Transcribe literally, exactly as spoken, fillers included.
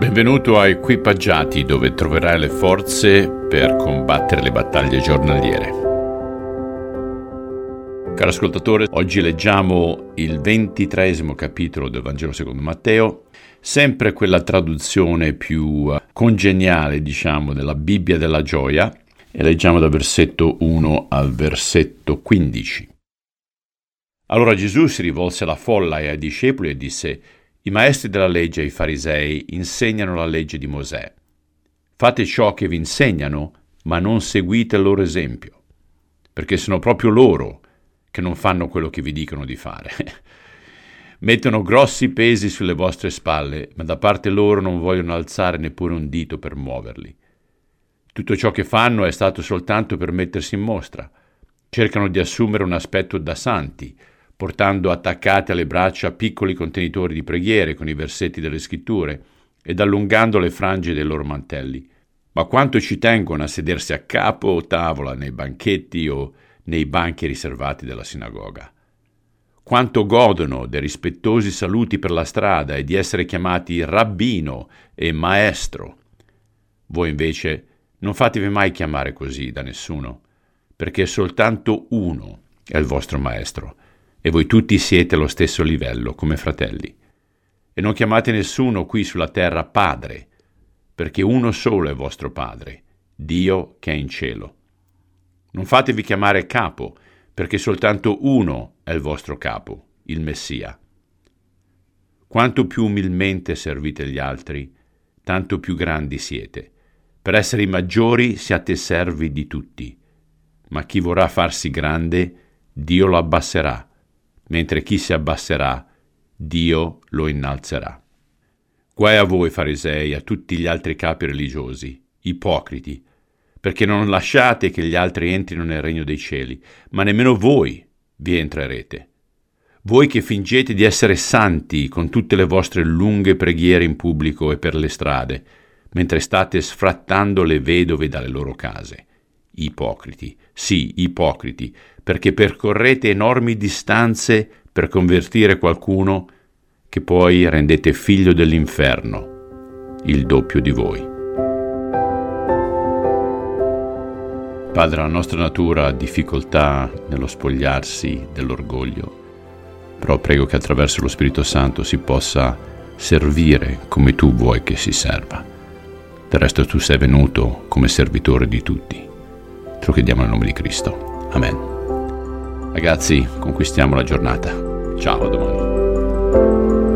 Benvenuto a Equipaggiati, dove troverai le forze per combattere le battaglie giornaliere. Caro ascoltatore, oggi leggiamo il ventitreesimo capitolo del Vangelo secondo Matteo, sempre quella traduzione più congeniale, diciamo, della Bibbia della gioia, e leggiamo dal versetto uno al versetto quindici. Allora Gesù si rivolse alla folla e ai discepoli e disse: I maestri della legge e i farisei insegnano la legge di Mosè. Fate ciò che vi insegnano, ma non seguite il loro esempio, perché sono proprio loro che non fanno quello che vi dicono di fare. Mettono grossi pesi sulle vostre spalle, ma da parte loro non vogliono alzare neppure un dito per muoverli. Tutto ciò che fanno è stato soltanto per mettersi in mostra. Cercano di assumere un aspetto da santi, portando attaccati alle braccia piccoli contenitori di preghiere con i versetti delle scritture ed allungando le frange dei loro mantelli. Ma quanto ci tengono a sedersi a capo o tavola nei banchetti o nei banchi riservati della sinagoga. Quanto godono dei rispettosi saluti per la strada e di essere chiamati rabbino e maestro. Voi invece non fatevi mai chiamare così da nessuno, perché soltanto uno è il vostro maestro, e voi tutti siete allo stesso livello come fratelli. E non chiamate nessuno qui sulla terra padre, perché uno solo è vostro padre, Dio che è in cielo. Non fatevi chiamare capo, perché soltanto uno è il vostro capo, il Messia. Quanto più umilmente servite gli altri, tanto più grandi siete. Per essere i maggiori siate servi di tutti. Ma chi vorrà farsi grande, Dio lo abbasserà, mentre chi si abbasserà, Dio lo innalzerà. Guai a voi farisei e a tutti gli altri capi religiosi, ipocriti, perché non lasciate che gli altri entrino nel regno dei cieli, ma nemmeno voi vi entrerete. Voi che fingete di essere santi con tutte le vostre lunghe preghiere in pubblico e per le strade, mentre state sfrattando le vedove dalle loro case. Ipocriti, sì, ipocriti, perché percorrete enormi distanze per convertire qualcuno che poi rendete figlio dell'inferno, il doppio di voi. Padre, la nostra natura ha difficoltà nello spogliarsi dell'orgoglio, però prego che attraverso lo Spirito Santo si possa servire come tu vuoi che si serva. Del resto tu sei venuto come servitore di tutti. Te lo chiediamo nel nome di Cristo. Amen. Ragazzi, conquistiamo la giornata. Ciao, a domani.